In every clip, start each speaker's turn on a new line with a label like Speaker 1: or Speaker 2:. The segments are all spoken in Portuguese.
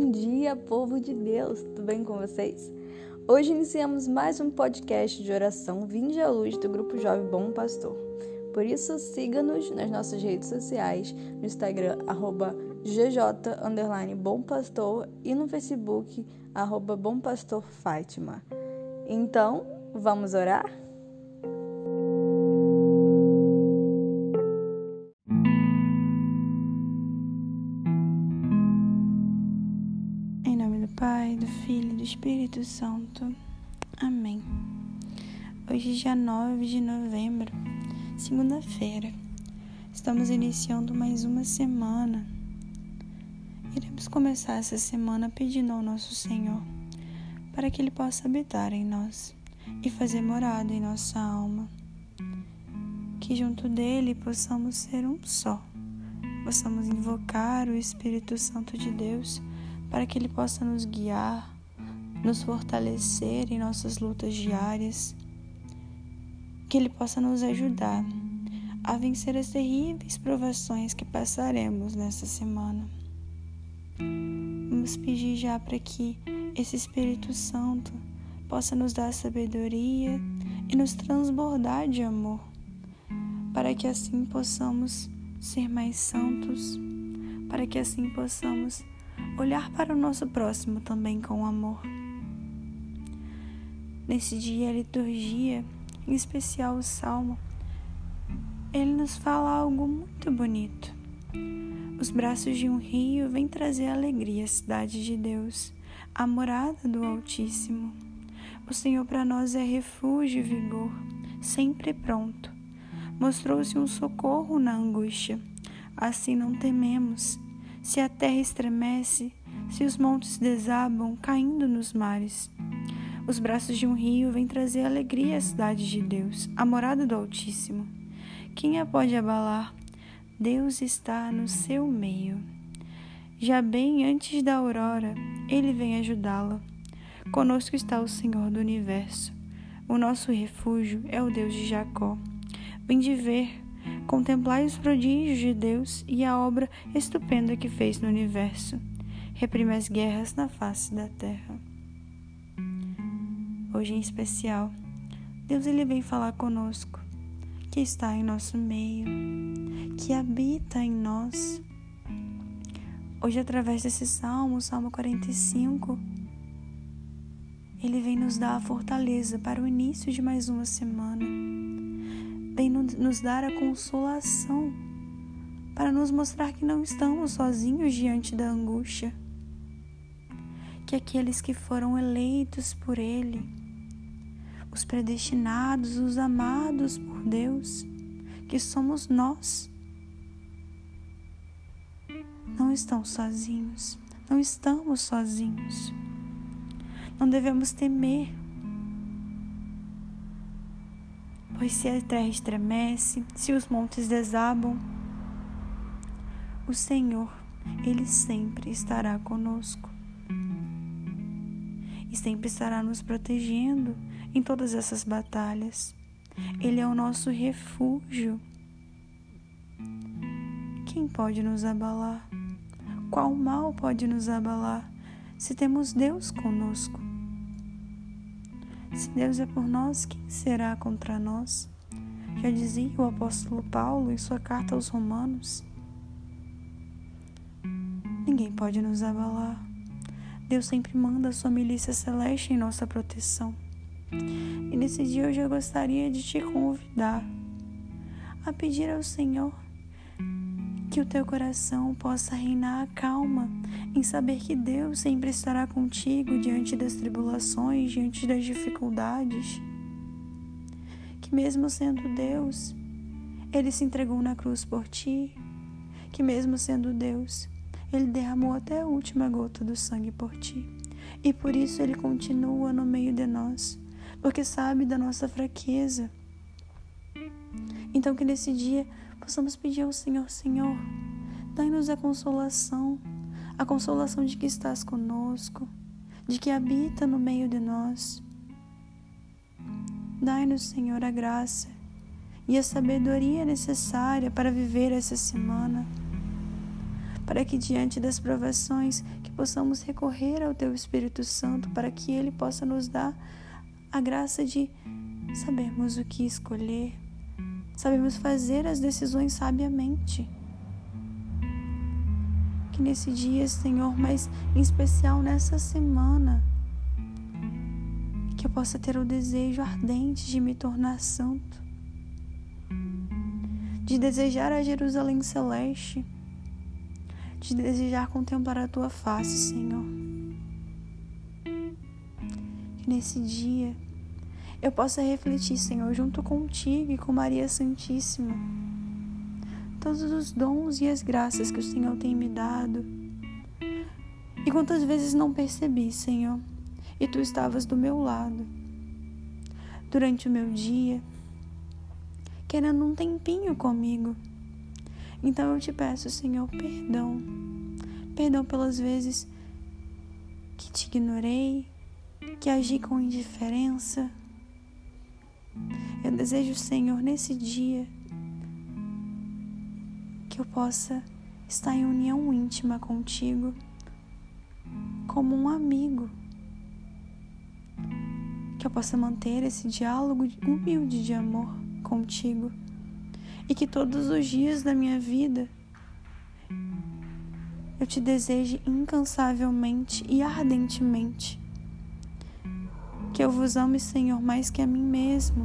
Speaker 1: Bom dia, povo de Deus, tudo bem com vocês? Hoje iniciamos mais um podcast de oração Vinde à Luz do Grupo Jovem Bom Pastor. Por isso, siga-nos nas nossas redes sociais, no Instagram, @gj_bompastor e no Facebook, @bompastorfátima. Então, vamos orar?
Speaker 2: Em nome do Pai, do Filho e do Espírito Santo. Amém. Hoje, dia 9 de novembro, segunda-feira. Estamos iniciando mais uma semana. Iremos começar essa semana pedindo ao nosso Senhor para que Ele possa habitar em nós e fazer morada em nossa alma. Que junto dEle possamos ser um só. Possamos invocar o Espírito Santo de Deus para que Ele possa nos guiar, nos fortalecer em nossas lutas diárias, que Ele possa nos ajudar a vencer as terríveis provações que passaremos nessa semana. Vamos pedir já para que esse Espírito Santo possa nos dar sabedoria e nos transbordar de amor, para que assim possamos ser mais santos, para que assim possamos olhar para o nosso próximo também com amor. Nesse dia, a liturgia, em especial o Salmo, ele nos fala algo muito bonito. Os braços de um rio vêm trazer alegria à cidade de Deus, a morada do Altíssimo. O Senhor para nós é refúgio e vigor, sempre pronto. Mostrou-se um socorro na angústia. Assim não tememos. Se a terra estremece, se os montes desabam, caindo nos mares. Os braços de um rio vêm trazer alegria à cidade de Deus, a morada do Altíssimo. Quem a pode abalar? Deus está no seu meio. Já bem antes da aurora, Ele vem ajudá-la. Conosco está o Senhor do Universo. O nosso refúgio é o Deus de Jacó. Vinde ver, contemplai os prodígios de Deus e a obra estupenda que fez no universo. Reprime as guerras na face da terra. Hoje em especial, Deus ele vem falar conosco, que está em nosso meio, que habita em nós. Hoje, através desse Salmo 45, ele vem nos dar a fortaleza para o início de mais uma semana. Vem nos dar a consolação para nos mostrar que não estamos sozinhos diante da angústia. Que aqueles que foram eleitos por Ele, os predestinados, os amados por Deus, que somos nós, não estão sozinhos, não estamos sozinhos. Não devemos temer, pois se a terra estremece, se os montes desabam, o Senhor, Ele sempre estará conosco e sempre estará nos protegendo em todas essas batalhas. Ele é o nosso refúgio. Quem pode nos abalar? Qual mal pode nos abalar se temos Deus conosco? Se Deus é por nós, quem será contra nós? Já dizia o apóstolo Paulo em sua carta aos Romanos. Ninguém pode nos abalar. Deus sempre manda a sua milícia celeste em nossa proteção. E nesse dia eu já gostaria de te convidar a pedir ao Senhor que o teu coração possa reinar a calma em saber que Deus sempre estará contigo diante das tribulações, diante das dificuldades. Que mesmo sendo Deus, Ele se entregou na cruz por ti. Que mesmo sendo Deus, Ele derramou até a última gota do sangue por ti. E por isso Ele continua no meio de nós, porque sabe da nossa fraqueza. Então que nesse dia possamos pedir ao Senhor: Senhor, dai-nos a consolação de que estás conosco, de que habita no meio de nós. Dai-nos, Senhor, a graça e a sabedoria necessária para viver essa semana, para que diante das provações que possamos recorrer ao Teu Espírito Santo, para que Ele possa nos dar a graça de sabermos o que escolher, sabermos fazer as decisões sabiamente. Que nesse dia, Senhor, mas em especial nessa semana, que eu possa ter o desejo ardente de me tornar santo, de desejar a Jerusalém celeste, de desejar contemplar a Tua face, Senhor. Que nesse dia eu possa refletir, Senhor, junto contigo e com Maria Santíssima, todos os dons e as graças que o Senhor tem me dado. E quantas vezes não percebi, Senhor, e Tu estavas do meu lado durante o meu dia, querendo um tempinho comigo. Então eu te peço, Senhor, perdão pelas vezes que te ignorei, que agi com indiferença. Eu desejo, Senhor, nesse dia, que eu possa estar em união íntima contigo, como um amigo, que eu possa manter esse diálogo humilde de amor contigo, e que todos os dias da minha vida eu te deseje incansavelmente e ardentemente, que eu vos ame, Senhor, mais que a mim mesmo,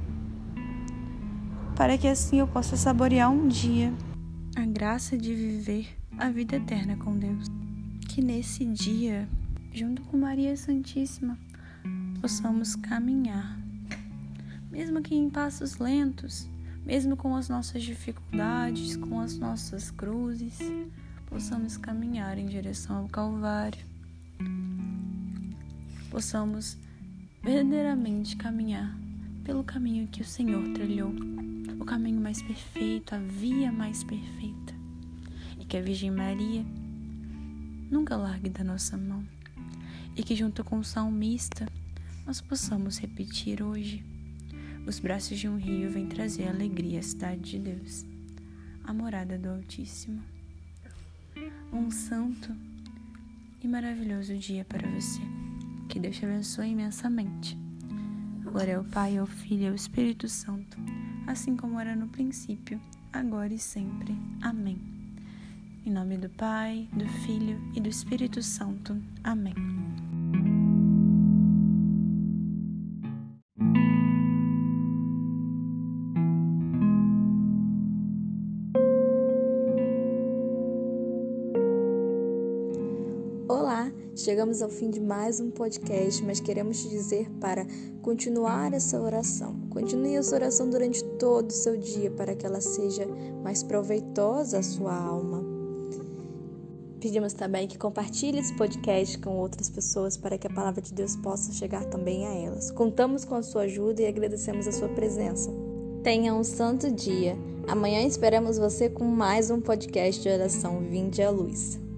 Speaker 2: para que assim eu possa saborear um dia a graça de viver a vida eterna com Deus. Que nesse dia, junto com Maria Santíssima, possamos caminhar, mesmo que em passos lentos, mesmo com as nossas dificuldades, com as nossas cruzes, possamos caminhar em direção ao Calvário. Possamos verdadeiramente caminhar pelo caminho que o Senhor trilhou, o caminho mais perfeito, a via mais perfeita, e que a Virgem Maria nunca largue da nossa mão, e que junto com o salmista nós possamos repetir hoje: os braços de um rio vêm trazer alegria à cidade de Deus, a morada do Altíssimo. Um santo e maravilhoso dia para você. Que Deus te abençoe imensamente. Glória ao Pai, ao Filho e ao Espírito Santo, assim como era no princípio, agora e sempre. Amém. Em nome do Pai, do Filho e do Espírito Santo. Amém.
Speaker 1: Olá, chegamos ao fim de mais um podcast, mas queremos te dizer para continuar essa oração. Continue essa oração durante todo o seu dia para que ela seja mais proveitosa à sua alma. Pedimos também que compartilhe esse podcast com outras pessoas para que a palavra de Deus possa chegar também a elas. Contamos com a sua ajuda e agradecemos a sua presença. Tenha um santo dia. Amanhã esperamos você com mais um podcast de oração Vinde à Luz.